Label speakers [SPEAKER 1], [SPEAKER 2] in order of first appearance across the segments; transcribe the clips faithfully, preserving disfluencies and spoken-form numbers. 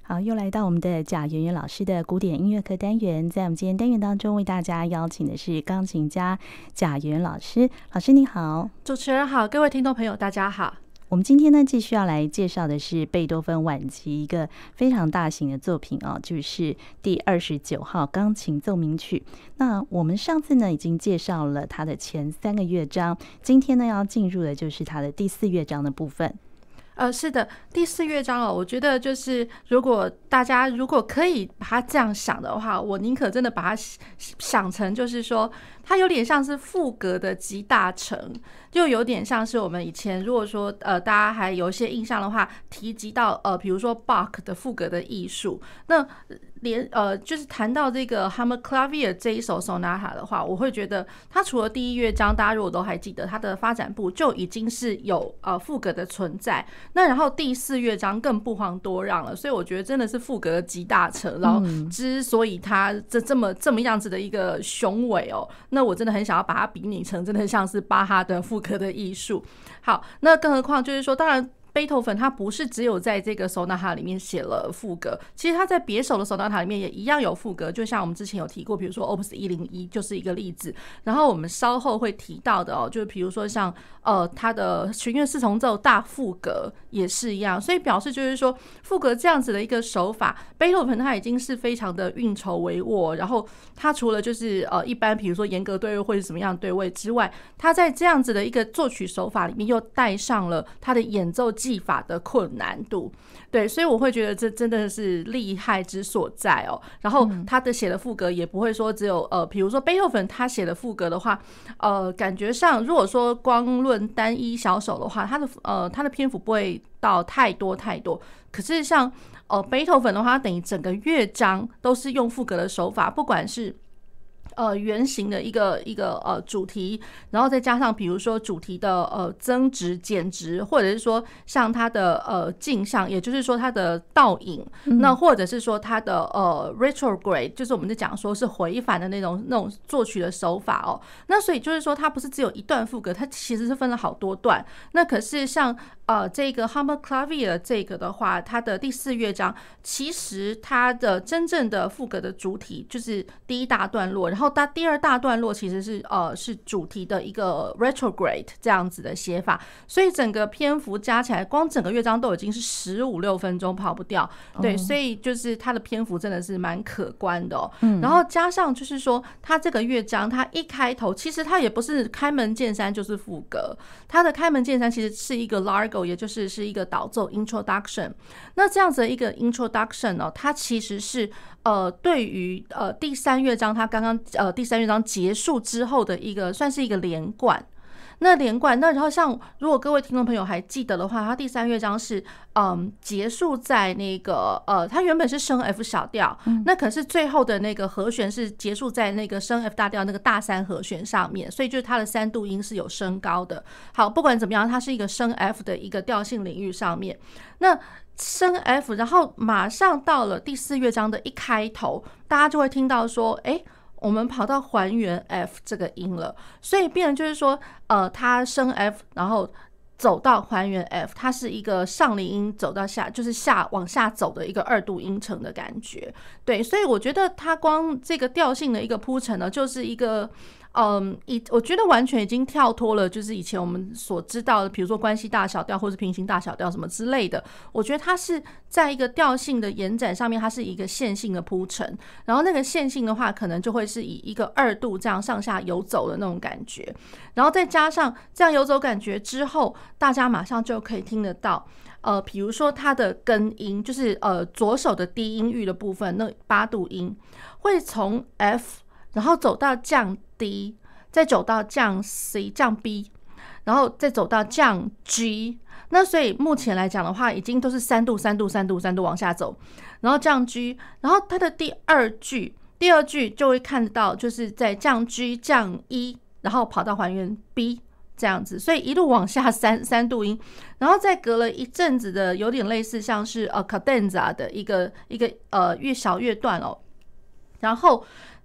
[SPEAKER 1] 好，又来到我们的贾圆圆老师的古典音乐课单元。在我们今天单元当中，为大家邀请的是钢琴家贾圆圆老师。老师你好。
[SPEAKER 2] 主持人好，各位听众朋友大家好。
[SPEAKER 1] 我们今天呢继续要来介绍的是贝多芬晚期一个非常大型的作品哦，就是第二十九号钢琴奏鸣曲。那我们上次呢已经介绍了它的前三个乐章，今天呢要进入的就是它的第四乐章的部分。
[SPEAKER 2] 呃，是的，第四乐章哦，我觉得就是如果大家如果可以把它这样想的话，我宁可真的把它想成就是说，它有点像是赋格的集大成，就有点像是我们以前如果说呃大家还有一些印象的话，提及到呃比如说 Bach 的赋格的艺术，那连呃就是谈到这个 Hammerklavier 这一首 Sonata 的话，我会觉得它除了第一乐章大家如果都还记得它的发展部就已经是有呃赋格的存在，那然后第四乐章更不遑多让了，所以我觉得真的是赋格集大成，然后之所以它这这么这么样子的一个雄伟哦，那我真的很想要把它比拟成真的像是巴哈的赋格的艺术。好，那更何况就是说，当然贝多芬他不是只有在这个 Sonata 里面写了赋格，其实他在别首的 Sonata 里面也一样有赋格，就像我们之前有提过，比如说 Opus 一零一就是一个例子。然后我们稍后会提到的哦，就是比如说像呃他的弦乐四重奏大赋格也是一样，所以表示就是说赋格这样子的一个手法，贝多芬他已经是非常的运筹帷幄，然后他除了就是呃一般比如说严格对位或者什么样的对位之外，他在这样子的一个作曲手法里面又带上了他的演奏技法的困难度，对，所以我会觉得这真的是厉害之所在哦。然后他的写的赋格也不会说只有呃，比如说贝多芬他写的赋格的话，呃，感觉上如果说光论单一小首的话，他的呃他的篇幅不会到太多太多。可是像呃贝多芬的话，等于整个乐章都是用赋格的手法，不管是呃，原型的一个一个呃主题，然后再加上比如说主题的呃增值、减值，或者是说像它的呃镜像，也就是说它的倒影，嗯、那或者是说它的呃 retrograde， 就是我们在讲说是回返的那种那种作曲的手法哦。那所以就是说它不是只有一段赋格，它其实是分了好多段。那可是像呃这个 Hammerklavier 这个的话，它的第四乐章其实它的真正的赋格的主体就是第一大段落，然后它第二大段落其实是呃是主题的一个 retrograde 这样子的写法，所以整个篇幅加起来，光整个乐章都已经是十五六分钟跑不掉，对，所以就是它的篇幅真的是蛮可观的哦。然后加上就是说，它这个乐章它一开头，其实它也不是开门见山就是赋格，它的开门见山其实是一个 largo， 也就是是一个导奏 introduction。那这样子的一个 introduction 哦，它其实是呃对于呃第三乐章它刚刚呃，第三乐章结束之后的一个算是一个连贯，那连贯，那然后像如果各位听众朋友还记得的话，它第三乐章是嗯结束在那个呃，它原本是升 F 小调，那可是最后的那个和弦是结束在那个升 F 大调那个大三和弦上面，所以就是它的三度音是有升高的。好，不管怎么样，它是一个升 F 的一个调性领域上面，那升 F， 然后马上到了第四乐章的一开头，大家就会听到说，哎。我们跑到还原 F 这个音了，所以变成就是说，呃，它升 F， 然后走到还原 F， 它是一个上离音走到下，就是下往下走的一个二度音程的感觉。对，所以我觉得它光这个调性的一个铺陈呢，就是一个。嗯，以我觉得完全已经跳脱了，就是以前我们所知道的，比如说关系大小调或是平行大小调什么之类的。我觉得它是在一个调性的延展上面，它是一个线性的铺陈，然后那个线性的话，可能就会是以一个二度这样上下游走的那种感觉，然后再加上这样游走感觉之后，大家马上就可以听得到。呃，比如说它的根音，就是呃左手的低音域的部分，那八度音会从 F。然后走到降 D， 再走到降 C、降 B， 然后再走到降 G。那所以目前来讲的话，已经都是三度、三度、三度、三度往下走，然后降 G， 然后它的第二句，第二句就会看到，就是在降 G、降 E， 然后跑到还原 B。这样子，所以一路往下三三度音，然后再隔了一阵子的，有点类似像是呃 cadenza 的一个一个呃越小乐段哦，然后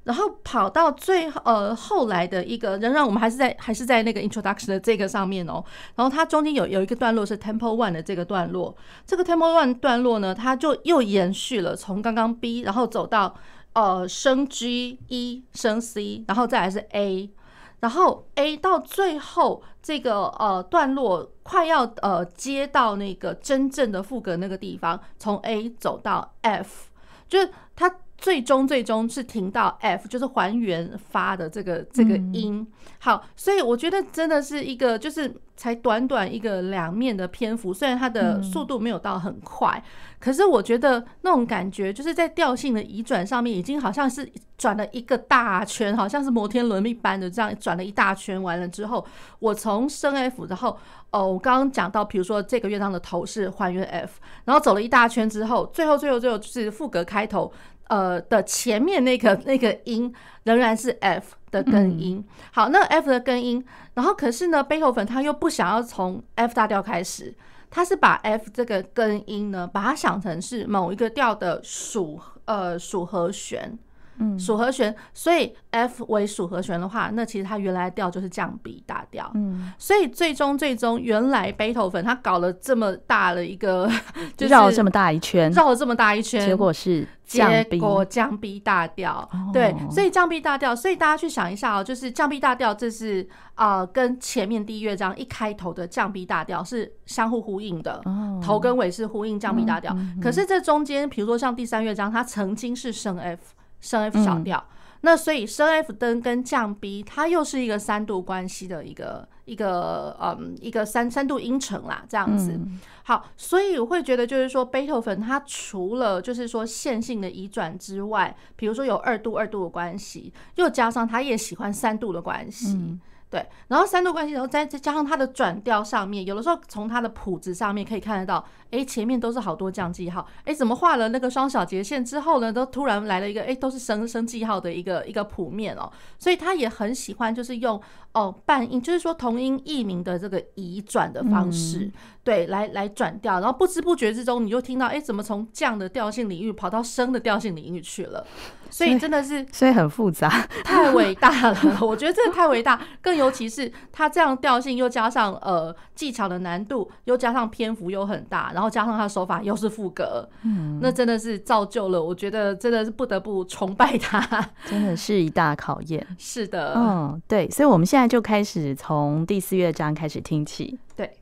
[SPEAKER 2] 然后跑到最呃后来的一个，仍然我们还是在还是在那个 introduction 的这个上面哦。然后它中间有有一个段落是 tempo one 的这个段落，这个 tempo one 段落呢，它就又延续了从刚刚 B， 然后走到呃升 G E 升 C， 然后再来是 A， 然后 A 到最后这个呃段落快要呃接到那个真正的副歌那个地方，从 A 走到 F， 就是它。最终最终是停到 F， 就是还原发的这个这个音。好，所以我觉得真的是一个就是才短短一个两面的篇幅，虽然它的速度没有到很快，可是我觉得那种感觉就是在调性的移转上面已经好像是转了一个大圈，好像是摩天轮一般的这样转了一大圈。完了之后，我从升 F， 然后哦，我刚刚讲到，比如说这个乐章的头是还原 F， 然后走了一大圈之后，最后最后最后就是副歌开头。呃的前面那个那个音仍然是 F 的根音，好，那 F 的根音，然后可是呢，贝多芬他又不想要从 F 大调开始，他是把 F 这个根音呢，把它想成是某一个调的属呃属和弦。属和弦，所以 F 为属和弦的话，那其实它原来的调就是降 B 大调。嗯，所以最终最终，原来贝多芬他搞了这么大的一个，就是
[SPEAKER 1] 绕了这么大一圈，
[SPEAKER 2] 绕了这么大一圈，
[SPEAKER 1] 结果是降 B，
[SPEAKER 2] 结果降 B 大调。哦、对，所以降 B 大调，所以大家去想一下哦，就是降 B 大调，这是呃跟前面第一乐章一开头的降 B 大调是相互呼应的，哦、头跟尾是呼应降 B 大调。嗯嗯嗯、可是这中间，比如说像第三乐章，它曾经是升 F。升 F 小调，嗯、那所以升 F 灯跟降 B， 它又是一个三度关系的一个一个嗯一个三三度音程啦，这样子。嗯、好，所以我会觉得就是说，贝多芬他除了就是说线性的移转之外，比如说有二度二度的关系，又加上他也喜欢三度的关系。嗯对，然后三度关系，然后再再加上它的转调上面，有的时候从它的谱子上面可以看得到，哎，前面都是好多降记号，哎，怎么画了那个双小节线之后呢，都突然来了一个，哎，都是升升记号的一个一个谱面哦，所以他也很喜欢就是用哦半音，就是说同音异名的这个移转的方式，嗯、对，来来转调，然后不知不觉之中你就听到，哎，怎么从降的调性领域跑到升的调性领域去了。所以真的是，
[SPEAKER 1] 所以很复杂，
[SPEAKER 2] 太伟大了。我觉得真的太伟大，更尤其是它这样调性，又加上呃技巧的难度，又加上篇幅又很大，然后加上它的手法又是副歌，嗯，那真的是造就了，我觉得真的是不得不崇拜它，
[SPEAKER 1] 真的是一大考验。
[SPEAKER 2] 是的，
[SPEAKER 1] 嗯，对，所以我们现在就开始从第四乐章开始听起，
[SPEAKER 2] 对。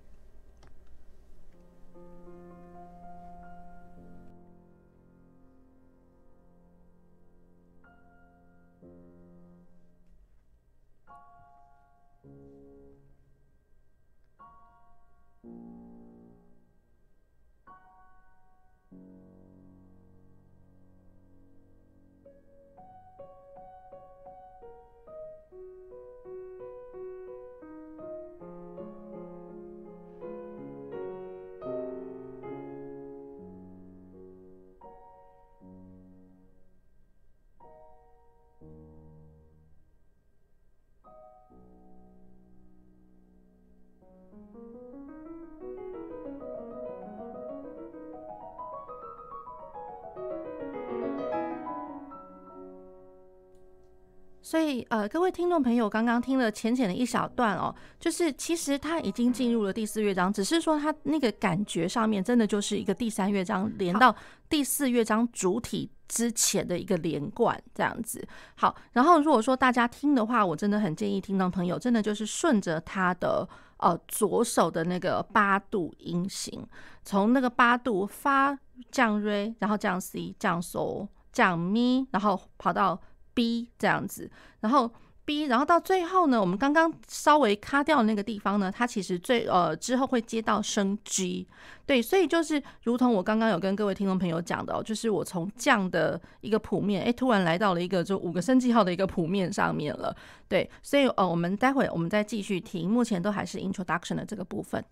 [SPEAKER 2] 所以呃，各位听众朋友，刚刚听了浅浅的一小段哦，就是其实它已经进入了第四乐章，只是说它那个感觉上面真的就是一个第三乐章连到第四乐章主体之前的一个连贯这样子。好，然后如果说大家听的话，我真的很建议听众朋友真的就是顺着它的呃左手的那个八度音型，从那个八度发降瑞，然后降 C 降 So 降咪，然后跑到B 这样子，然后 B， 然后到最后呢，我们刚刚稍微卡掉的那个地方呢，它其实最呃之后会接到升 G， 对，所以就是如同我刚刚有跟各位听众朋友讲的、哦，就是我从降的一个谱面，哎，突然来到了一个就五个升记号的一个谱面上面了，对，所以呃，我们待会我们再继续听，目前都还是 introduction 的这个部分。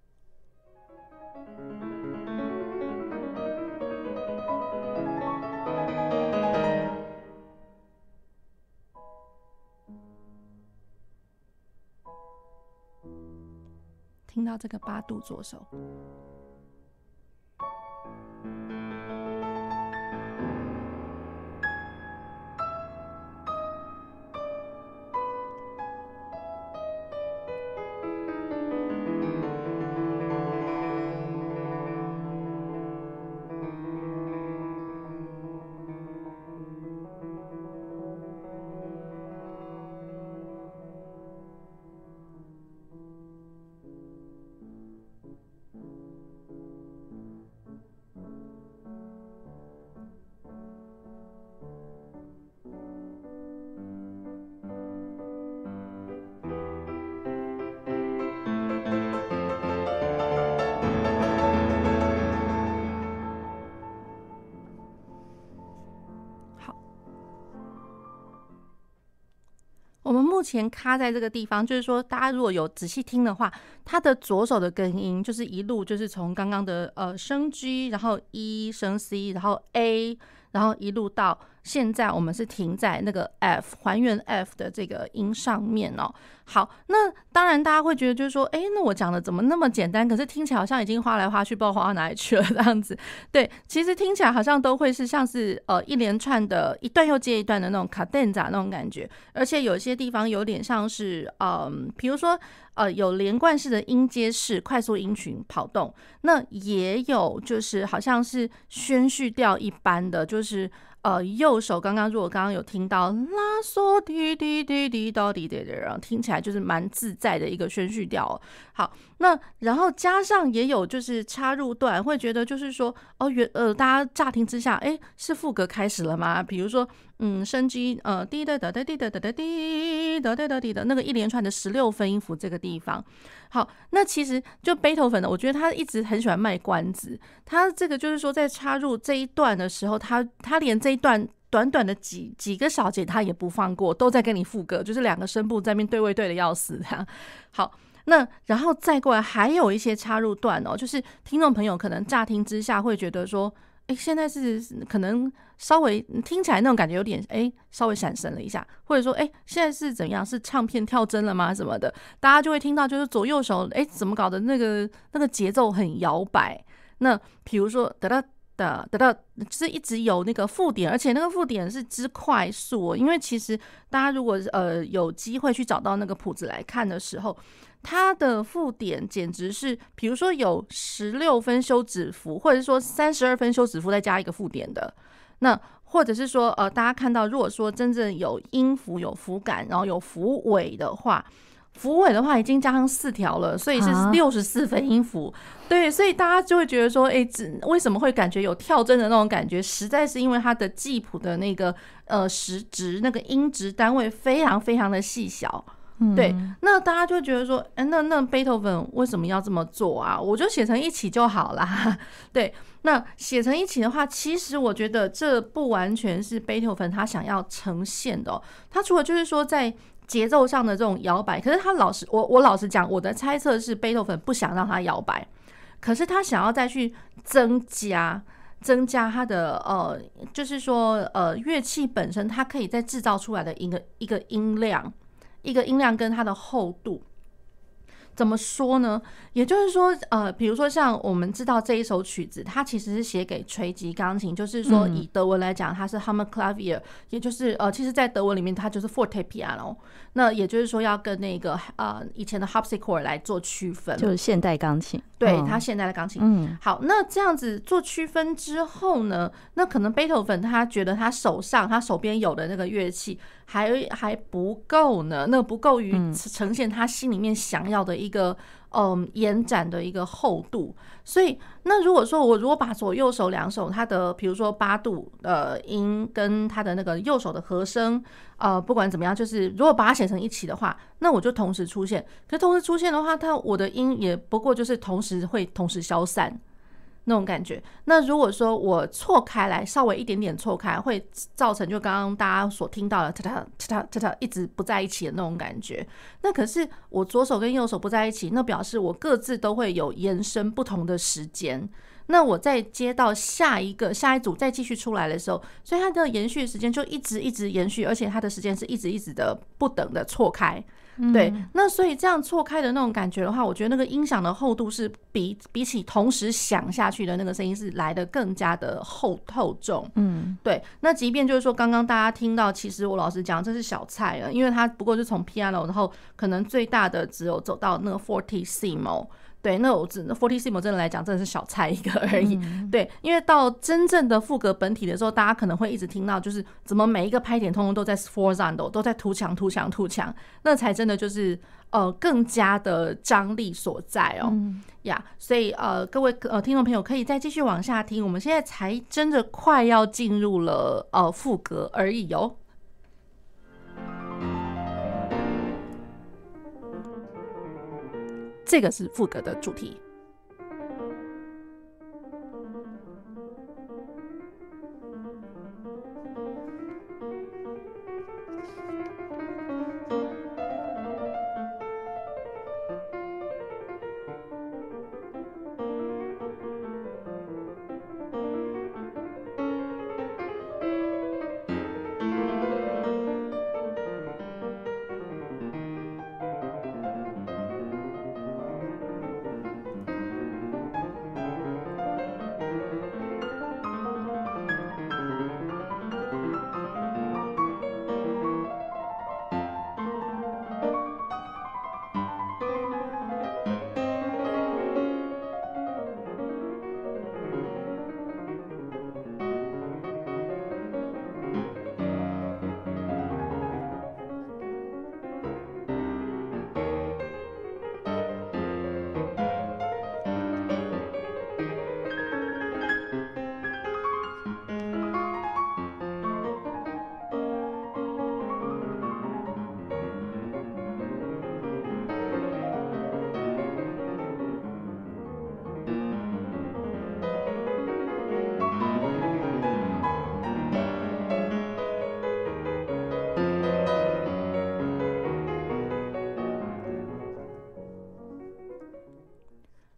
[SPEAKER 2] 听到这个八度左手， 我们目前卡在这个地方，就是说大家如果有仔细听的话，它的左手的根音就是一路就是从刚刚的呃升 G， 然后 E 升 C， 然后 A， 然后一路到现在我们是停在那个 F 还原 F 的这个音上面哦。好，那当然大家会觉得就是说，哎，那我讲的怎么那么简单？可是听起来好像已经画来画去，不知道画到哪里去了这样子。对，其实听起来好像都会是像是呃一连串的一段又接一段的那种卡顿 a 那种感觉，而且有些地方有点像是嗯，比如说呃有连贯式的音阶式快速音群跑动，那也有就是好像是宣叙调一般的，就是呃右手刚刚如果刚刚有听到拉嗦滴滴滴滴到滴滴的，然后听起来就是蛮自在的一个宣叙调哦。好，那然后加上也有就是插入段，会觉得就是说哦原呃大家乍听之下，哎是副歌开始了吗？比如说嗯升 G 呃滴的哒哒滴的哒哒滴哒哒哒滴的那个一连串的十六分音符这个地方。好，那其实就贝多芬的，我觉得他一直很喜欢卖关子。他这个就是说，在插入这一段的时候，他他连这一段短短的几几个小节他也不放过，都在跟你副歌，就是两个声部在那边对位对的要死这样。好，那然后再过来还有一些插入段哦，就是听众朋友可能乍听之下会觉得说，哎，现在是可能稍微听起来那种感觉有点哎，稍微闪神了一下，或者说哎，现在是怎样？是唱片跳针了吗？什么的，大家就会听到就是左右手哎，怎么搞的那个那个节奏很摇摆。那比如说哒哒哒哒哒，就是一直有那个附点，而且那个附点是之快速哦，因为其实大家如果呃有机会去找到那个谱子来看的时候，它的附点简直是，比如说有十六分休止符，或者是说三十二分休止符再加一个附点的，那或者是说呃大家看到，如果说真正有音符、有符感，然后有符尾的话。符尾的话已经加上四条了，所以是六十四分音符。对，所以大家就会觉得说，哎，为什么会感觉有跳针的那种感觉？实在是因为它的记谱的那个呃时值那个音值单位非常非常的细小。对，那大家就觉得说，哎，那那贝多芬为什么要这么做啊？我就写成一起就好啦。对，那写成一起的话，其实我觉得这不完全是贝多芬他想要呈现的哦。他除了就是说在节奏上的这种摇摆，可是他老实我我老实讲，我的猜测是贝多芬不想让他摇摆，可是他想要再去增加增加他的呃，就是说呃乐器本身它可以再制造出来的一个一个音量，一个音量跟它的厚度。怎么说呢？也就是说，呃，比如说像我们知道这一首曲子，它其实是写给锤击钢琴，就是说以德文来讲，它是 Hammerklavier， 也就是呃，其实在德文里面它就是 Forte Piano， 那也就是说要跟那个呃以前的 Harpsichord 来做区分，
[SPEAKER 1] 就是现代钢琴，
[SPEAKER 2] 对，它现代的钢琴。嗯，好，那这样子做区分之后呢，那可能贝多芬他觉得他手上他手边有的那个乐器还还不够呢，那不够于呈现他心里面想要的一个嗯延展的一个厚度。所以那如果说我如果把左右手两手它的比如说八度的音跟它的那个右手的和声呃不管怎么样，就是如果把它写成一起的话，那我就同时出现。可是同时出现的话，它我的音也不过就是同时会同时消散那种感觉。那如果说我错开来，稍微一点点错开，会造成就刚刚大家所听到的哒哒哒哒哒一直不在一起的那种感觉。那可是我左手跟右手不在一起，那表示我各自都会有延伸不同的时间。那我再接到下一个下一组再继续出来的时候，所以它的延续的时间就一直一直延续，而且它的时间是一直一直的不等的错开。对，那所以这样错开的那种感觉的话，我觉得那个音响的厚度是比比起同时响下去的那个声音是来的更加的厚厚重。嗯，对。那即便就是说刚刚大家听到，其实我老实讲这是小菜了，因为它不过是从 piano， 然后可能最大的只有走到那个 fortissimo。对，那我只 fortissimo 真的来讲，真的是小菜一个而已。嗯、对，因为到真正的副歌本体的时候，大家可能会一直听到，就是怎么每一个拍点通通都在 sforzando， 都在突强、突强、突强，那才真的就是呃更加的张力所在哦。呀、嗯 yeah, 所以呃各位呃听众朋友可以再继续往下听，我们现在才真的快要进入了呃副歌而已哦。这个是副歌的主题。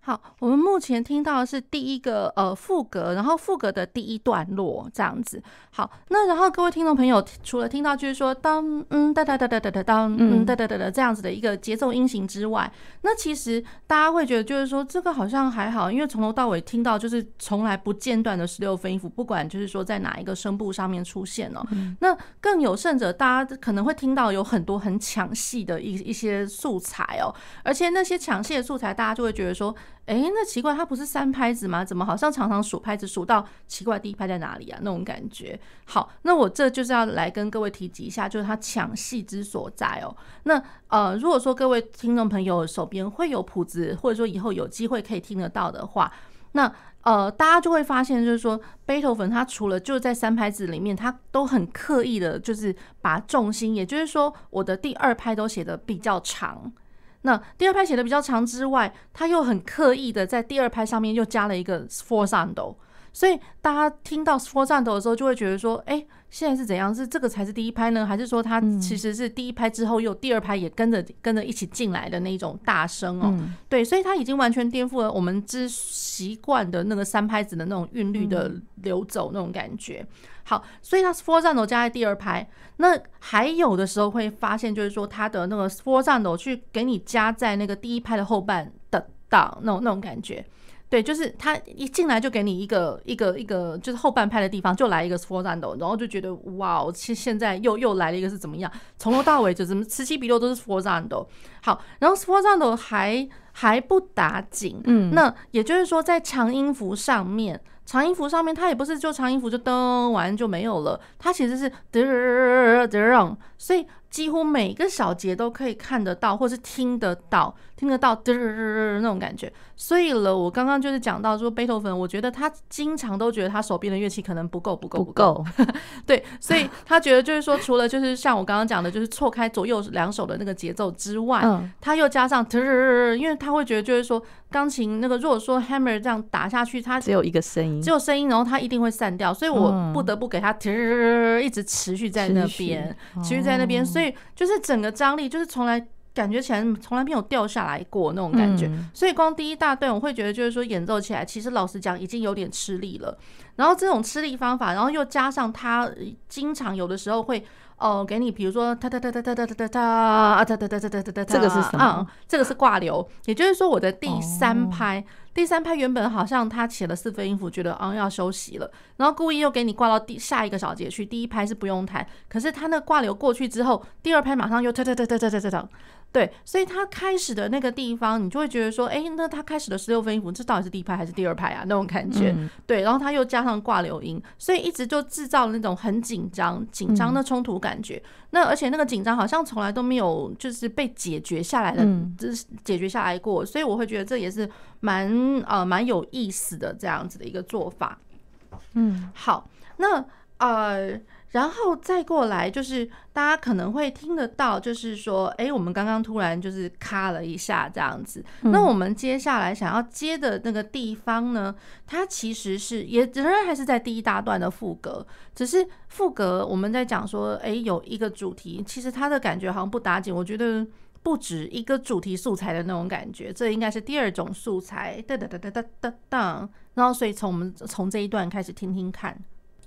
[SPEAKER 2] 好，我们目前听到的是第一个呃副歌，然后副歌的第一段落这样子。好，那然后各位听众朋友，除了听到就是说当嗯哒哒哒哒哒哒当嗯哒哒哒哒这样子的一个节奏音型之外，那其实大家会觉得就是说这个好像还好，因为从头到尾听到就是从来不间断的十六分音符，不管就是说在哪一个声部上面出现哦。嗯、那更有甚者，大家可能会听到有很多很抢戏的一一些素材哦，而且那些抢戏的素材，大家就会觉得说。哎，那奇怪，它不是三拍子吗？怎么好像常常数拍子数到奇怪第一拍在哪里啊？那种感觉。好，那我这就是要来跟各位提及一下，就是它抢戏之所在哦。那呃，如果说各位听众朋友手边会有谱子，或者说以后有机会可以听得到的话，那呃，大家就会发现，就是说贝多芬他除了就是在三拍子里面，他都很刻意的，就是把重心，也就是说我的第二拍都写得比较长。那第二拍写的比较长之外，他又很刻意的在第二拍上面又加了一个 sforzando， 所以大家听到 sforzando 的时候就会觉得说，哎，现在是怎样？是这个才是第一拍呢，还是说它其实是第一拍之后又第二拍也跟着跟着一起进来的那种大声哦？嗯、对，所以它已经完全颠覆了我们之习惯的那个三拍子的那种韵律的流走那种感觉。好，所以它 sforzando 加在第二拍，那还有的时候会发现，就是说它的那个 sforzando 去给你加在那个第一拍的后半的档那种那种感觉。对，就是他一进来就给你一个一个一个，就是后半拍的地方就来一个 sforzando， 然后就觉得哇，其实现在又又来了一个是怎么样？从头到尾就怎么此起彼落都是 sforzando。好，然后 sforzando 还还不打紧，嗯，那也就是说在长音符上面。长音符上面，它也不是就长音符就噔完就没有了，它其实是噔噔，所以几乎每个小节都可以看得到，或是听得到，听得到噔那种感觉。所以了，我刚刚就是讲到说贝多芬，我觉得他经常都觉得他手边的乐器可能不够，不够，不够。对，所以他觉得就是说，除了就是像我刚刚讲的，就是错开左右两手的那个节奏之外，嗯、他又加上噔，因为他会觉得就是说，钢琴那个如果说 hammer 这样打下去，它
[SPEAKER 1] 只有一个声音。
[SPEAKER 2] 只有声音，然后它一定会散掉，所以我不得不给它一直持续在那边，持续在那边，所以就是整个张力就是从来感觉起来从来没有掉下来过那种感觉，嗯、所以光第一大段我会觉得就是说演奏起来，其实老实讲已经有点吃力了。然后这种吃力方法，然后又加上它经常有的时候会。哦，给你比如说哒哒哒哒哒哒哒哒哒啊哒哒哒哒哒哒哒，
[SPEAKER 1] 这个是什么？
[SPEAKER 2] 嗯，这个是挂流，也就是说我的第三拍，哦、第三拍原本好像他写了四分音符，觉得啊、嗯、要休息了，然后故意又给你挂到第下一个小节去，第一拍是不用弹，可是他那个挂流过去之后，第二拍马上又哒哒哒哒哒哒哒哒。对，所以他开始的那个地方，你就会觉得说，哎，那他开始的十六分音符，这到底是第一拍还是第二拍啊？那种感觉，嗯、对，然后他又加上挂流音，所以一直就制造了那种很紧张、紧张的冲突感觉。嗯、那而且那个紧张好像从来都没有就是被解决下来的，就是解决下来过，所以我会觉得这也是蛮呃蛮有意思的这样子的一个做法。嗯，好，那呃。然后再过来就是大家可能会听得到，就是说，哎，我们刚刚突然就是卡了一下这样子。嗯、那我们接下来想要接的那个地方呢，它其实是也仍然还是在第一大段的副歌，只是副歌我们在讲说，哎，有一个主题，其实它的感觉好像不打紧，我觉得不止一个主题素材的那种感觉，这应该是第二种素材，哒哒哒哒哒哒哒。然后所以从我们从这一段开始听听看。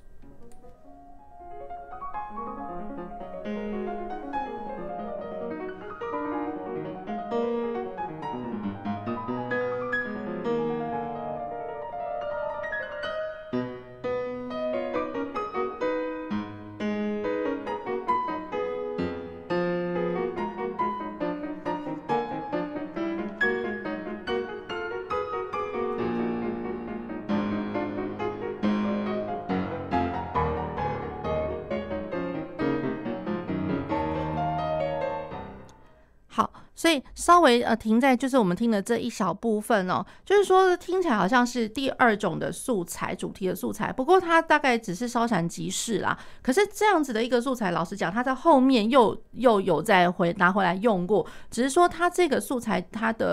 [SPEAKER 2] 所以稍微呃停在就是我们听的这一小部分哦，就是说听起来好像是第二种的素材，主题的素材，不过它大概只是稍闪即逝啦。可是这样子的一个素材，老实讲，它在后面又又有再回拿回来用过，只是说它这个素材它的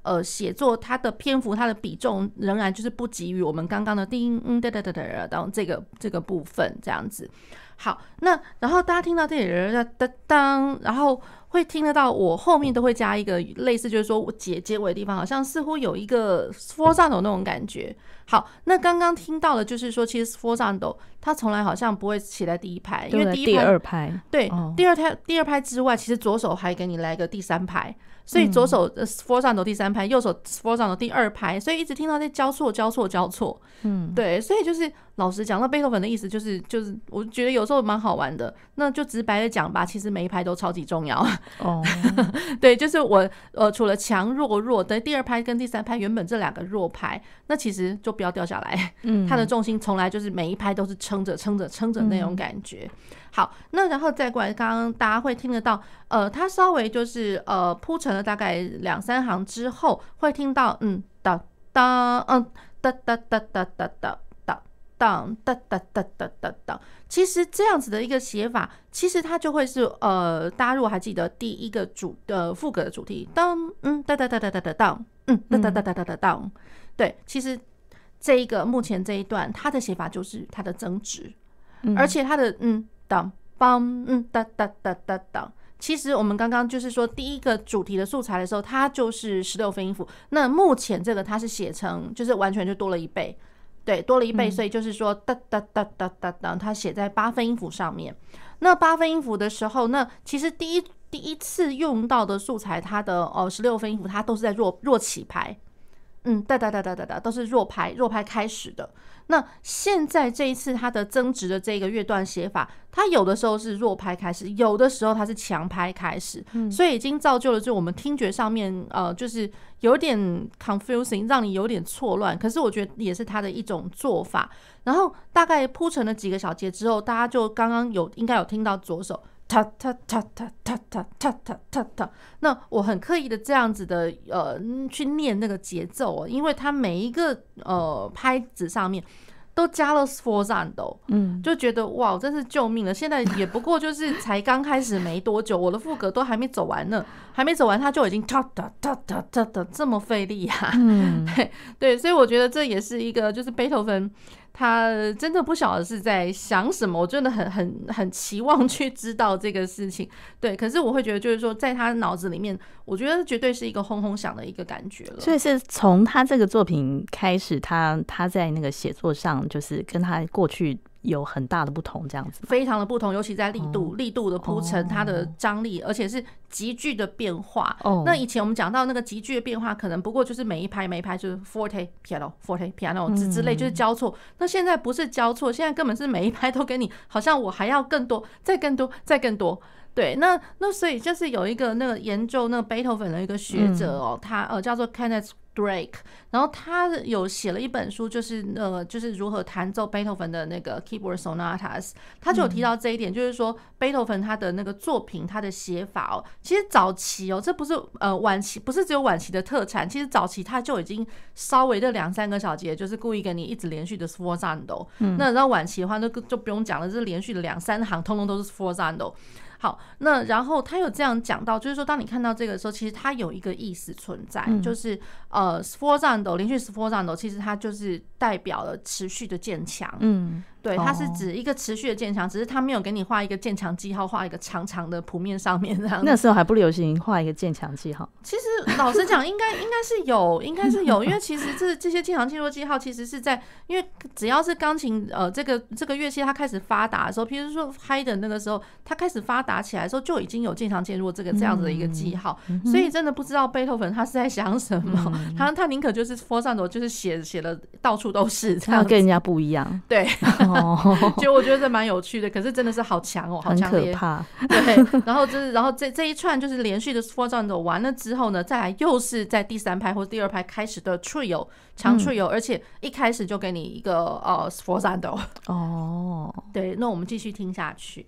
[SPEAKER 2] 呃写作它的篇幅它的比重仍然就是不及于我们刚刚的叮嗯哒哒哒哒当这个这个部分这样子。好，那然后大家听到这里哒哒当，然后会听得到我后面都会加一个类似就是说我结结尾的地方，好像似乎有一个 sforzando 那种感觉。好，那刚刚听到的就是说，其实 sforzando 它从来好像不会写在第一拍，因为第一拍
[SPEAKER 1] 第二拍
[SPEAKER 2] 对、
[SPEAKER 1] 哦、
[SPEAKER 2] 第二拍第二拍之外，其实左手还给你来个第三拍。所以左手 sforzando 第三拍，右手 sforzando 第二拍，所以一直听到在交错交错交错，嗯，对，所以就是老实讲，那贝多芬的意思就是就是我觉得有时候蛮好玩的，那就直白的讲吧，其实每一拍都超级重要哦。对，就是我呃除了强弱弱的第二拍跟第三拍原本这两个弱拍，那其实就不要掉下来，嗯，它的重心从来就是每一拍都是撑着撑着撑着那种感觉。嗯，好，那然后再过来，刚刚大家会听得到，呃，它稍微就是呃铺陈了大概两三行之后，会听到嗯哒哒嗯哒哒哒哒哒哒哒当哒哒哒哒哒哒。其实这样子的一个写法，其实它就会是呃，大家如果还记得第一个主呃副歌的主题，当嗯哒哒哒哒哒哒当嗯哒哒哒哒哒哒当，对，其实这一个目前这一段它的写法就是它的增值，而且它的嗯。当梆嗯哒哒哒哒当，其实我们刚刚就是说第一个主题的素材的时候，它就是十六分音符。那目前这个它是写成就是完全就多了一倍，对，多了一倍，所以就是说哒哒哒哒哒哒，它写在八分音符上面。那八分音符的时候，那其实第一第一次用到的素材，它的哦十六分音符，它都是在弱弱起拍。嗯，哒哒哒哒哒哒，都是弱拍弱拍开始的。那现在这一次它的增值的这个乐段写法，它有的时候是弱拍开始，有的时候它是强拍开始，嗯，所以已经造就了就我们听觉上面呃，就是有点 confusing， 让你有点错乱。可是我觉得也是它的一种做法。然后大概铺陈了几个小节之后，大家就刚刚有应该有听到左手。哒哒哒哒哒哒哒哒哒哒，那我很刻意的这样子的呃去念那个节奏哦，因为它每一个呃拍子上面都加了 sforzando， 嗯，就觉得哇，真是救命了！现在也不过就是才刚开始没多久，我的副歌都还没走完呢，还没走完，他就已经哒哒哒哒哒哒这么费力啊！嗯，对对，所以我觉得这也是一个就是贝多芬。他真的不晓得是在想什么，我真的很很很期望去知道这个事情。对，可是我会觉得就是说，在他脑子里面，我觉得绝对是一个轰轰响的一个感觉了。
[SPEAKER 1] 所以是从他这个作品开始，他他在那个写作上，就是跟他过去有很大的不同，这样子
[SPEAKER 2] 非常的不同，尤其在力度、哦、力度的铺陈，它的张力，而且是急剧的变化。哦、那以前我们讲到那个急剧的变化，可能不过就是每一拍每一拍就是 forte piano forte piano 之之类，就是交错。嗯、那现在不是交错，现在根本是每一拍都给你，好像我还要更多，再更多，再更多。对，那那所以就是有一个那个研究那个贝多芬的一个学者哦，嗯、他呃叫做 Kenneth Drake， 然后他有写了一本书，就是呃就是如何弹奏贝多芬的那个 keyboard sonatas， 他就有提到这一点，嗯、就是说贝多芬他的那个作品他的写法哦，其实早期哦，这不是呃晚期，不是只有晚期的特产，其实早期他就已经稍微的两三个小节，就是故意给你一直连续的 sforzando，嗯、那然后晚期的话，那就不用讲了，就是连续的两三行，通通都是 sforzando。好，那然后他有这样讲到，就是说，当你看到这个的时候，其实它有一个意思存在，嗯、就是呃 sforzando 连续 sforzando 其实它就是代表了持续的渐强，嗯，对，它是指一个持续的渐强，只是它没有给你画一个渐强记号，画一个长长的谱面上面这样。
[SPEAKER 1] 那时候还不流行画一个渐强记号。
[SPEAKER 2] 其实老实讲，应该应该是有，应该是有，因为其实这这些渐强记录记号其实是在，因为只要是钢琴呃这个这个乐器它开始发达的时候，比如说 Haydn 那个时候它开始发达起来的时候，就已经有渐强渐弱这个这样子的一个记号，嗯、所以真的不知道贝多芬他是在想什么，嗯、他他宁可就是 sforzando 就是写写的到处都是这样子，
[SPEAKER 1] 他跟人家不一样，
[SPEAKER 2] 对。就我觉得这蛮有趣的，可是真的是好强哦，好强烈，
[SPEAKER 1] 很可怕。
[SPEAKER 2] 对，然后就是，然后这这一串就是连续的 sforzando 完了之后呢，再来又是在第三拍或第二拍开始的 trio 长 trio，、嗯、而且一开始就给你一个呃 sforzando。哦，对，那我们继续听下去。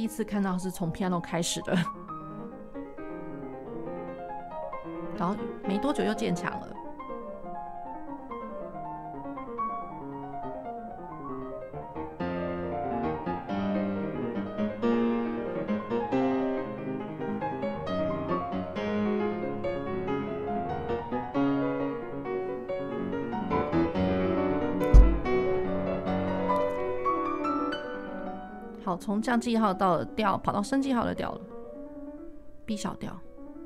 [SPEAKER 2] 一次看到是从 piano 开始的，然后没多久又渐强了。好，从降记号到调跑到升记号的调了 ，B 小调。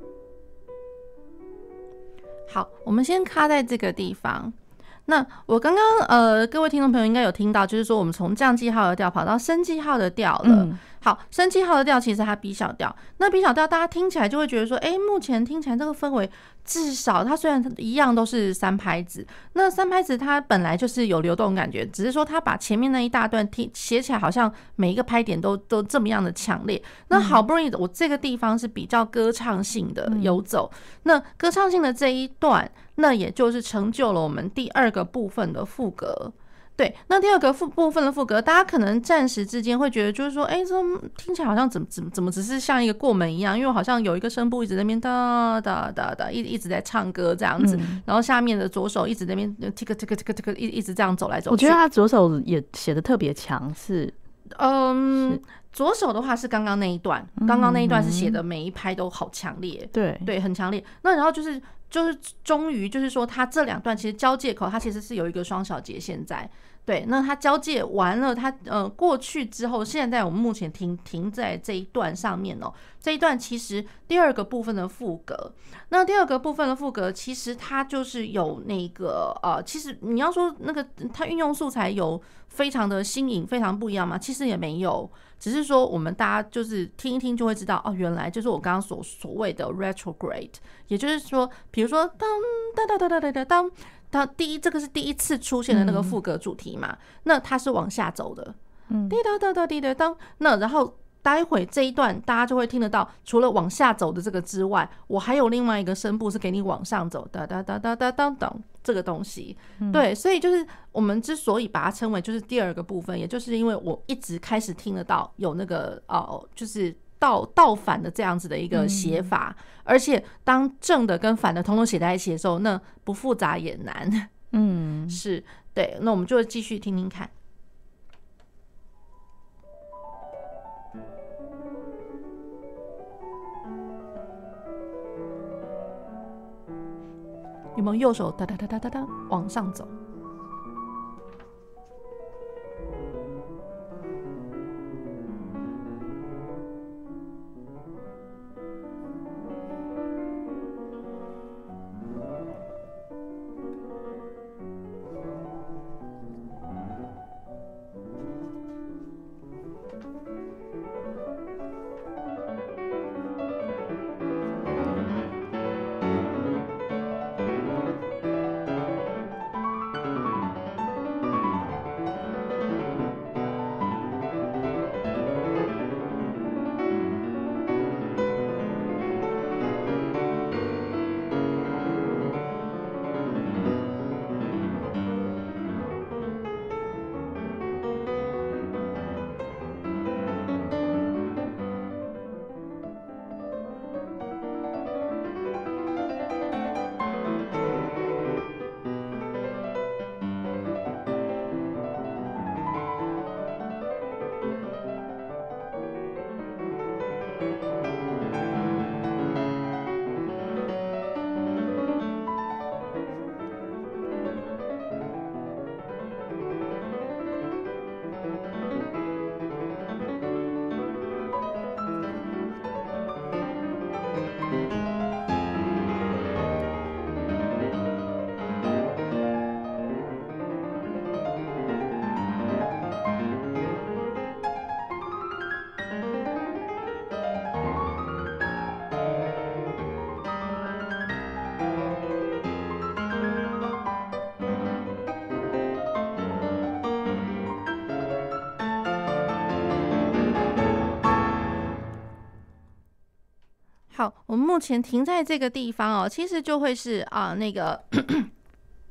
[SPEAKER 2] 好，我们先卡在这个地方。那我刚刚呃，各位听众朋友应该有听到，就是说我们从降记号的调跑到升记号的调了。嗯、好，升记号的调其实它 B 小调，那 B 小调大家听起来就会觉得说，哎、欸，目前听起来这个氛围，至少它虽然一样都是三拍子，那三拍子它本来就是有流动感觉，只是说它把前面那一大段听写起来好像每一个拍点都都这么样的强烈。那好不容易我这个地方是比较歌唱性的游走，那歌唱性的这一段。那也就是成就了我们第二个部分的副歌。对，那第二个副部分的副歌，大家可能暂时之间会觉得，就是说，哎、欸，这听起来好像怎么怎么怎么只是像一个过门一样，因为好像有一个声部一直在那边哒哒哒哒，一一直在唱歌这样子，嗯、然后下面的左手一直在那边 tick tick tick tick 一一直这样走来走去。
[SPEAKER 1] 我觉得他左手也写的特别强，是，
[SPEAKER 2] 嗯。左手的话是刚刚那一段，刚刚那一段是写的每一拍都好强烈，
[SPEAKER 1] 对
[SPEAKER 2] 对，很强烈。那然后就是就是终于就是说，它这两段其实交界口，它其实是有一个双小节现在。对，那它交界完了，它呃过去之后，现在我们目前停停在这一段上面哦。这一段其实第二个部分的副歌，那第二个部分的副歌，其实它就是有那个呃，其实你要说那个它运用素材有非常的新颖，非常不一样嘛，其实也没有。只是说，我们大家就是听一听就会知道，哦，原来就是我刚刚所所谓的 retrograde， 也就是说，比如说当当当当当当当，当第一这个是第一次出现的那个副歌主题嘛，嗯、那它是往下走的，嗯，滴答答答滴答当，那然后待会这一段大家就会听得到，除了往下走的这个之外，我还有另外一个声部是给你往上走，哒哒哒哒哒当当。这个东西，对，所以就是我们之所以把它称为就是第二个部分，也就是因为我一直开始听得到有那个哦，就是倒倒反的这样子的一个写法，嗯、而且当正的跟反的统统写在一起的时候，那不复杂也难，嗯，是对，那我们就继续听听看。有没有右手哒哒哒哒哒哒往上走？好，我们目前停在这个地方哦，其实就会是啊、呃、那个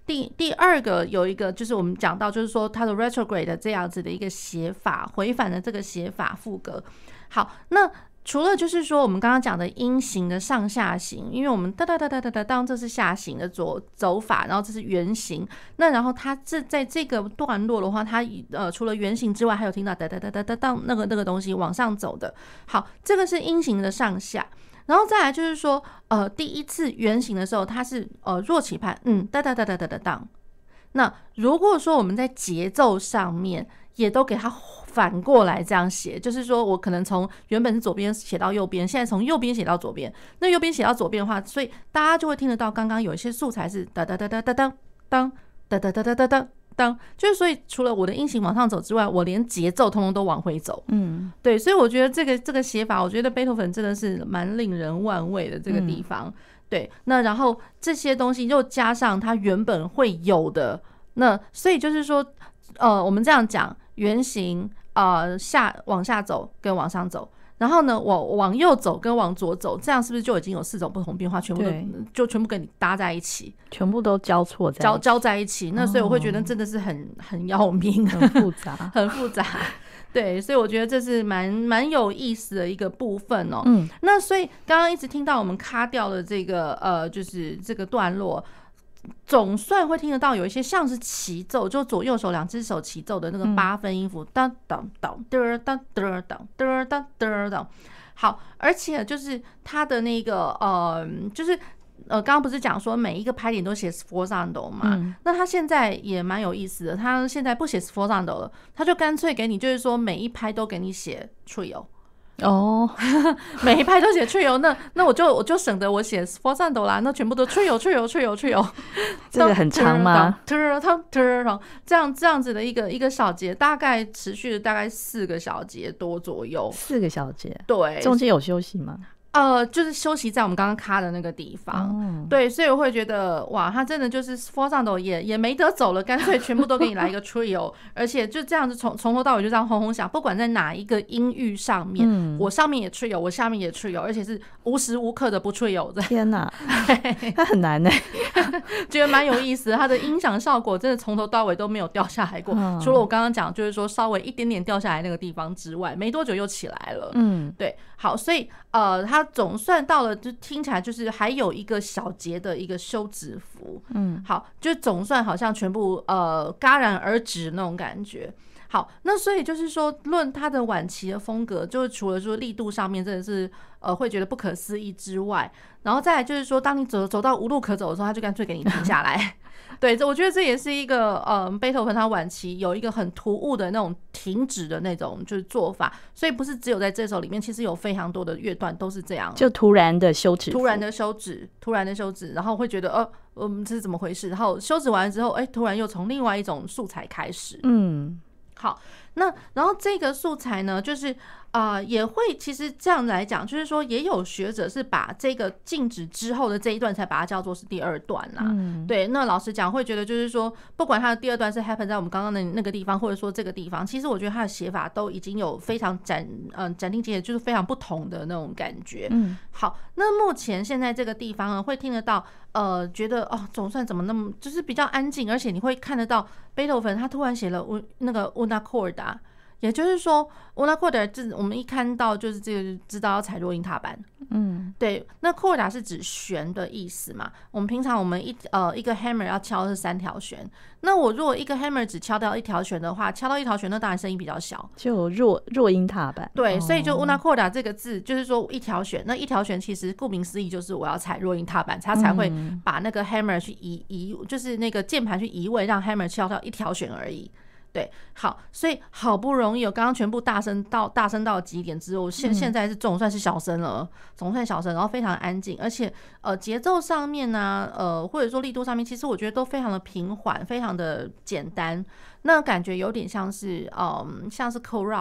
[SPEAKER 2] 第第二个有一个就是我们讲到，就是说它的 retrograde 这样子的一个写法，回返的这个写法副歌。好，那除了就是说我们刚刚讲的音型的上下行，因为我们哒哒哒哒哒哒当这是下行的走走法，然后这是圆形，那然后它这在这个段落的话，它呃除了圆形之外，还有听到哒哒哒哒哒当那个那个东西往上走的。好，这个是音型的上下。然后再来就是说，呃，第一次圆形的时候，它是呃弱起拍，嗯，哒哒哒哒哒哒当。那如果说我们在节奏上面也都给它反过来这样写，就是说我可能从原本是左边写到右边，现在从右边写到左边，那右边写到左边的话，所以大家就会听得到刚刚有一些素材是哒哒哒哒哒当当哒哒哒哒哒当当，就是所以除了我的音型往上走之外，我连节奏通通都往回走。嗯，对，所以我觉得这个这个写法，我觉得贝多芬真的是蛮令人玩味的这个地方。嗯，对，那然后这些东西又加上它原本会有的，那所以就是说，呃，我们这样讲，圆形呃下往下走跟往上走，然后呢，我往右走跟往左走，这样是不是就已经有四种不同变化，全部都就全部跟你搭在一起，
[SPEAKER 1] 全部都交错在一起
[SPEAKER 2] 交交在一起？那所以我会觉得真的是很很要命，
[SPEAKER 1] 很复杂，
[SPEAKER 2] 很复杂。对，所以我觉得这是蛮蛮有意思的一个部分哦。
[SPEAKER 1] 嗯，
[SPEAKER 2] 那所以刚刚一直听到我们卡掉的这个呃，就是这个段落。总算会听得到有一些像是齐奏，就左右手两只手齐奏的那个八分音符，当当当嘚当嘚当嘚当嘚当。好，而且就是它的那个呃，就是呃，刚刚不是讲说每一个拍点都写 sforzando 嘛？嗯，那他现在也蛮有意思的，他现在不写 sforzando 了，他就干脆给你就是说每一拍都给你写 trio。
[SPEAKER 1] 哦，
[SPEAKER 2] 每一拍都写 trio， 那那我就我就省得我写 sforzando 啦，那全部都 trio trio trio trio，
[SPEAKER 1] 这个很长吗？
[SPEAKER 2] 这样这样子的一个一个小节，大概持续了大概四个小节多左右。
[SPEAKER 1] 四个小节，
[SPEAKER 2] 对，
[SPEAKER 1] 中间有休息吗？
[SPEAKER 2] 呃，就是休息在我们刚刚卡的那个地方，哦，对，所以我会觉得哇，他真的就是 sforzando 也也没得走了，干脆全部都给你来一个 trio， 而且就这样子从从头到尾就这样轰轰响，不管在哪一个音域上面，嗯，我上面也 trio， 我下面也 trio， 而且是无时无刻的不 trio 的。
[SPEAKER 1] 天哪，它很难呢，
[SPEAKER 2] 觉得蛮有意思的，它的音响效果真的从头到尾都没有掉下来过，嗯，除了我刚刚讲就是说稍微一点点掉下来那个地方之外，没多久又起来了。嗯，对，好，所以呃，它总算到了，就听起来就是还有一个小节的一个休止符，嗯，好，就总算好像全部呃戛然而止那种感觉。好，那所以就是说，论它的晚期的风格，就是除了说力度上面真的是呃会觉得不可思议之外，然后再来就是说，当你走走到无路可走的时候，他就干脆给你停下来。对，这我觉得这也是一个呃，贝多芬他晚期有一个很突兀的那种停止的那种就是做法，所以不是只有在这首里面，其实有非常多的乐段都是这样，
[SPEAKER 1] 就突然的休止，
[SPEAKER 2] 突然的休止，突然的休止，然后会觉得呃，嗯，这是怎么回事？然后休止完之后，哎，突然又从另外一种素材开始，嗯。好，那然后这个素材呢，就是啊、呃，也会其实这样来讲，就是说也有学者是把这个静止之后的这一段才把它叫做是第二段啦。嗯，对，那老实讲会觉得就是说，不管它的第二段是 happen 在我们刚刚的那个地方，或者说这个地方，其实我觉得它的写法都已经有非常斩嗯斩钉截铁，就是非常不同的那种感觉。嗯，好，那目前现在这个地方呢，会听得到。呃，觉得哦，总算怎么那么就是比较安静，而且你会看得到贝多芬他突然写了那个 una corda， 也就是说 una corda 这我们一看到就是这个知道要踩弱音踏板，嗯，对，那 corda 是指弦的意思嘛？我们平常我们一呃一个 hammer 要敲的是三条弦，那我如果一个 hammer 只敲到一条弦的话，敲到一条弦那当然声音比较小，
[SPEAKER 1] 就弱弱音踏板。
[SPEAKER 2] 对，所以就 una corda 这个字就是说一条弦，那一条弦其实顾名思义就是我要踩弱音踏板，它才会把那个 hammer 去移移，就是那个键盘去移位，让 hammer 敲到一条弦而已。对，好，所以好不容易有刚刚全部大声到大声到极点之后，现现在是总算是小声了，总算小声，然后非常安静，而且呃节奏上面呢、啊，呃或者说力度上面，其实我觉得都非常的平缓，非常的简单，那感觉有点像是嗯像是 choral。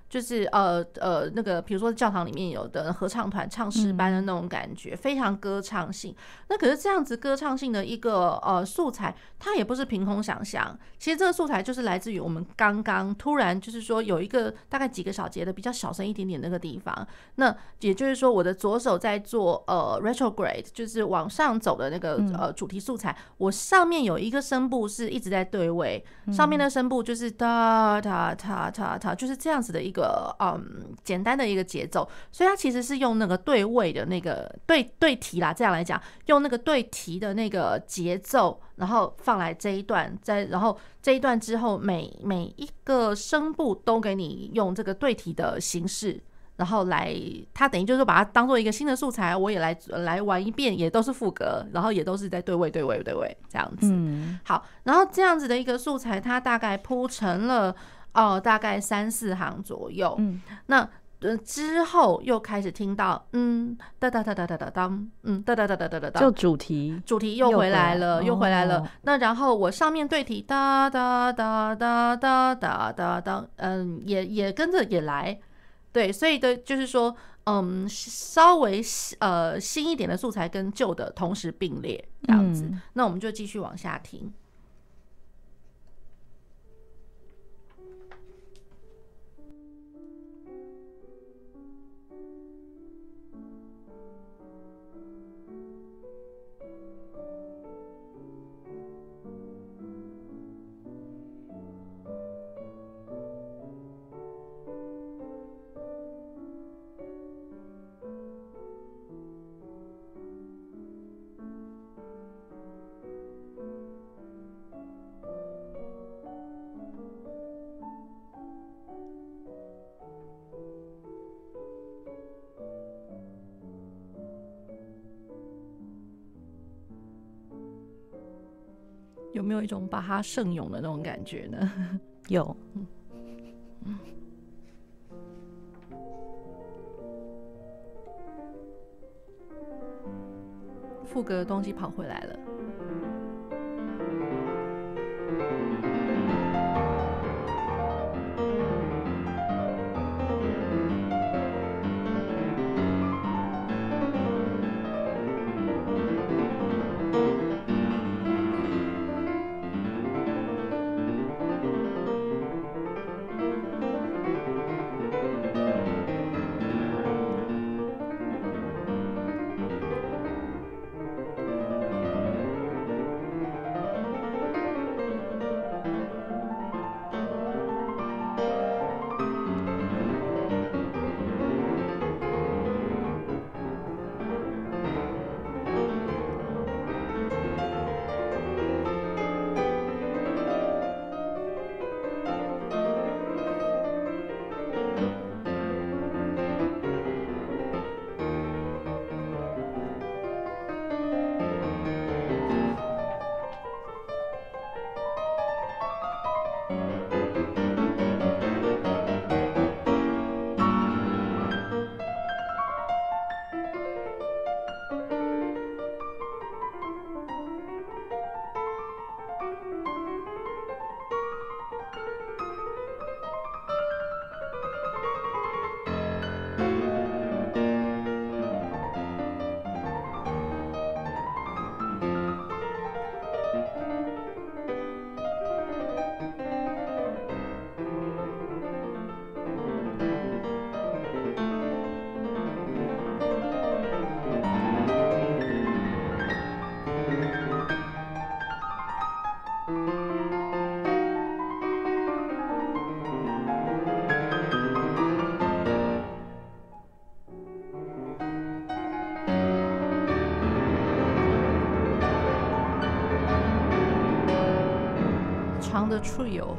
[SPEAKER 2] 就是呃呃那个比如说教堂里面有的合唱团唱诗班的那种感觉，非常歌唱性。那可是这样子歌唱性的一个呃素材，它也不是凭空想象，其实这个素材就是来自于我们刚刚突然就是说有一个大概几个小节的比较小声一点点那个地方，那也就是说我的左手在做呃 retrograde， 就是往上走的那个呃主题素材，我上面有一个声部是一直在对位，上面的声部就是哒哒哒哒哒，就是这样子的一个嗯简单的一个节奏，所以它其实是用那个对位的那个对对题啦，这样来讲，用那个对题的那个节奏，然后放来这一段，再然后这一段之后每每一个声部都给你用这个对题的形式。然后来，它等于就是把它当做一个新的素材，我也来来玩一遍，也都是副歌，然后也都是在对位、对位、对位这样子。嗯，好，然后这样子的一个素材，它大概铺成了哦、呃，大概三四行左右。嗯，那呃之后又开始听到嗯哒哒哒哒哒哒当，嗯哒哒哒哒哒哒当，
[SPEAKER 1] 就主题
[SPEAKER 2] 主题又回来了，又回来了。哦、那然后我上面对题哒哒哒哒哒哒哒当，嗯，也也跟着也来。对，所以的就是说，嗯，稍微呃新一点的素材跟旧的同时并列这样子，嗯、那我们就继续往下听。有没有一种把它圣咏的那种感觉呢？
[SPEAKER 1] 有，
[SPEAKER 2] 嗯，副歌的东西跑回来了。长的 trio。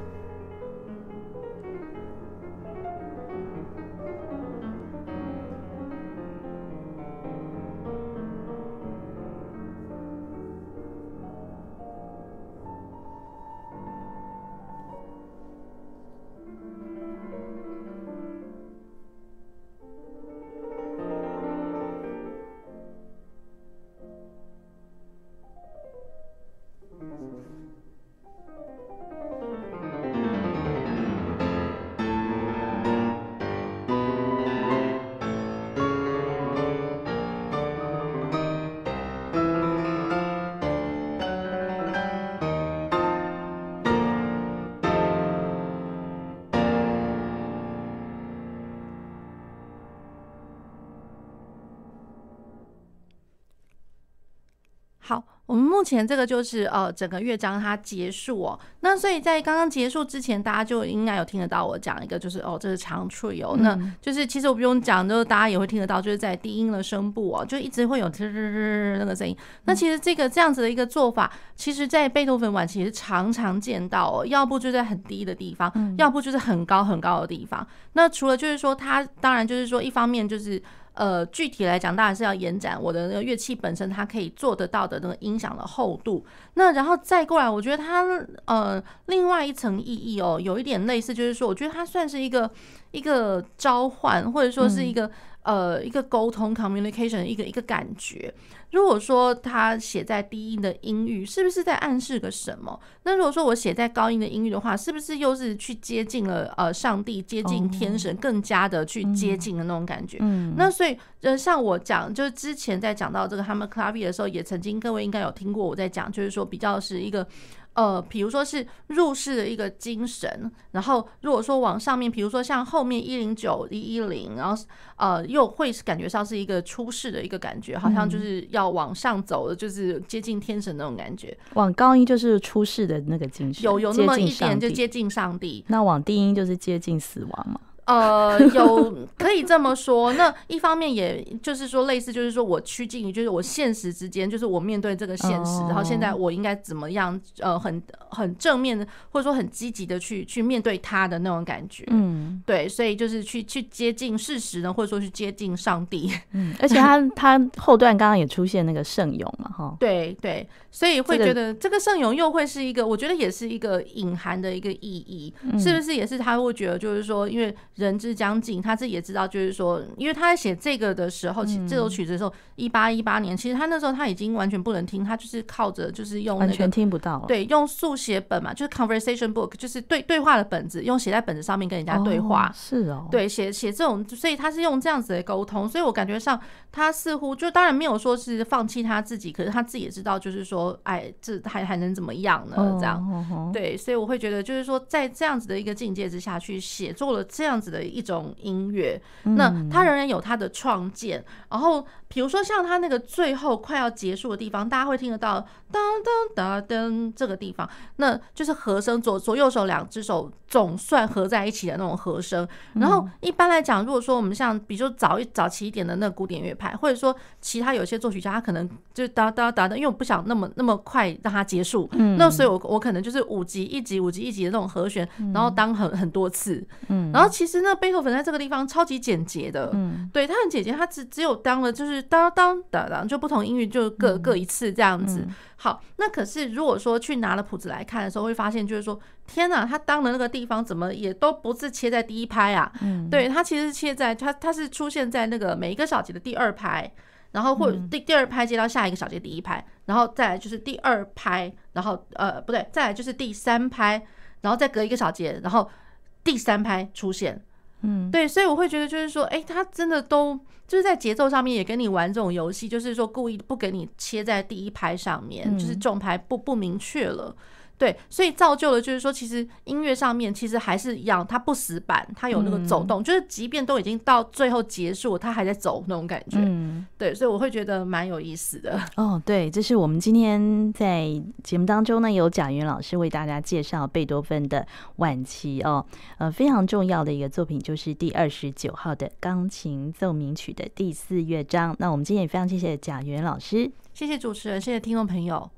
[SPEAKER 2] 好，我们目前这个就是呃整个乐章它结束哦。那所以在刚刚结束之前，大家就应该有听得到我讲一个，就是哦这是长 trio，、嗯、那就是其实我不用讲，就是大家也会听得到，就是在低音的声部哦，就一直会有那个声音。那其实这个这样子的一个做法，其实在贝多芬晚期是常常见到哦，要不就在很低的地方，嗯、要不就是很高很高的地方。那除了就是说，它当然就是说，一方面就是呃，具体来讲，当然是要延展我的那个乐器本身它可以做得到的那个音响的厚度。那然后再过来，我觉得它呃另外一层意义哦，有一点类似，就是说，我觉得它算是一个一个召唤，或者说是一个、嗯、呃一个沟通 communication 一个一个感觉。如果说它写在低音的音域，是不是在暗示个什么？那如果说我写在高音的音域的话，是不是又是去接近了呃上帝，接近天神，更加的去接近的那种感觉？嗯，那所以呃，像我讲，就是之前在讲到这个 Hammerklavier 的时候，也曾经各位应该有听过我在讲，就是说比较是一个。呃，比如说是入世的一个精神，然后如果说往上面，比如说像后面一零九一一零，然后呃又会感觉上是一个出世的一个感觉，好像就是要往上走的，就是接近天神那种感觉。
[SPEAKER 1] 往高音就是出世的那个精神，
[SPEAKER 2] 有有那么一点就接近上帝。
[SPEAKER 1] 那往低音就是接近死亡嘛。
[SPEAKER 2] 呃，有可以这么说。那一方面，也就是说，类似就是说我趋近于，就是我现实之间，就是我面对这个现实， oh. 然后现在我应该怎么样？呃，很很正面的，或者说很积极的去去面对它的那种感觉。嗯，对，所以就是去去接近事实呢，或者说去接近上帝。嗯，
[SPEAKER 1] 而且他他后段刚刚也出现那个圣咏嘛，哈。
[SPEAKER 2] 对对，所以会觉得这个圣咏又会是一个，我觉得也是一个隐含的一个意义，嗯、是不是？也是他会觉得就是说，因为人之将近，他自己也知道，就是说，因为他在写这个的时候，嗯、这首曲子的时候，一八一八年，其实他那时候他已经完全不能听，他就是靠着就是用、那個、
[SPEAKER 1] 完全听不到，
[SPEAKER 2] 对，用速写本嘛，就是 conversation book， 就是对对话的本子，用写在本子上面跟人家对话，
[SPEAKER 1] 哦是哦，
[SPEAKER 2] 对，写写这种，所以他是用这样子的沟通，所以我感觉上他似乎就当然没有说是放弃他自己，可是他自己也知道，就是说，哎，这还还能怎么样呢？这样，哦哦哦对，所以我会觉得，就是说，在这样子的一个境界之下去写作了这样子的一种音乐，嗯、那他仍然有他的创建。然后，比如说像他那个最后快要结束的地方，大家会听得到当当当当这个地方，那就是和声左左右手两只手总算合在一起的那种和声。然后一般来讲，如果说我们像比如说早一早期一点的那个古典乐派，或者说其他有些作曲家，他可能就是哒哒哒的，因为我不想那么那么快让它结束，嗯、那所以我我可能就是五级一级五级一级的那种和弦，然后当很很多次，嗯、然后其实呢，贝多芬在这个地方超级简洁的，嗯、对，他很简洁，他只只有当了就是当当当当，就不同音域就各、嗯、各一次这样子。嗯、好，那可是如果说去拿了谱子来看的时候，会发现就是说，天哪，他当的那个地方怎么也都不是切在第一拍啊？嗯、对，他其实是切在他他是出现在那个每一个小节的第二拍。然后或者第第二拍接到下一个小节第一拍，然后再来就是第二拍，然后呃不对，再来就是第三拍，然后再隔一个小节，然后第三拍出现，嗯，对，所以我会觉得就是说，哎，他真的都就是在节奏上面也跟你玩这种游戏，就是说故意不给你切在第一拍上面，嗯、就是重拍不不明确了。对，所以造就了就是说，其实音乐上面其实还是一样，它不死板，它有那个走动，嗯、就是即便都已经到最后结束，它还在走那种感觉。嗯，对，所以我会觉得蛮有意思的。
[SPEAKER 1] 哦，对，这是我们今天在节目当中呢，有贾元老师为大家介绍贝多芬的晚期哦，呃，非常重要的一个作品就是第二十九号的钢琴奏鸣曲的第四乐章。那我们今天也非常谢谢贾元老师，
[SPEAKER 2] 谢谢主持人，谢谢听众朋友。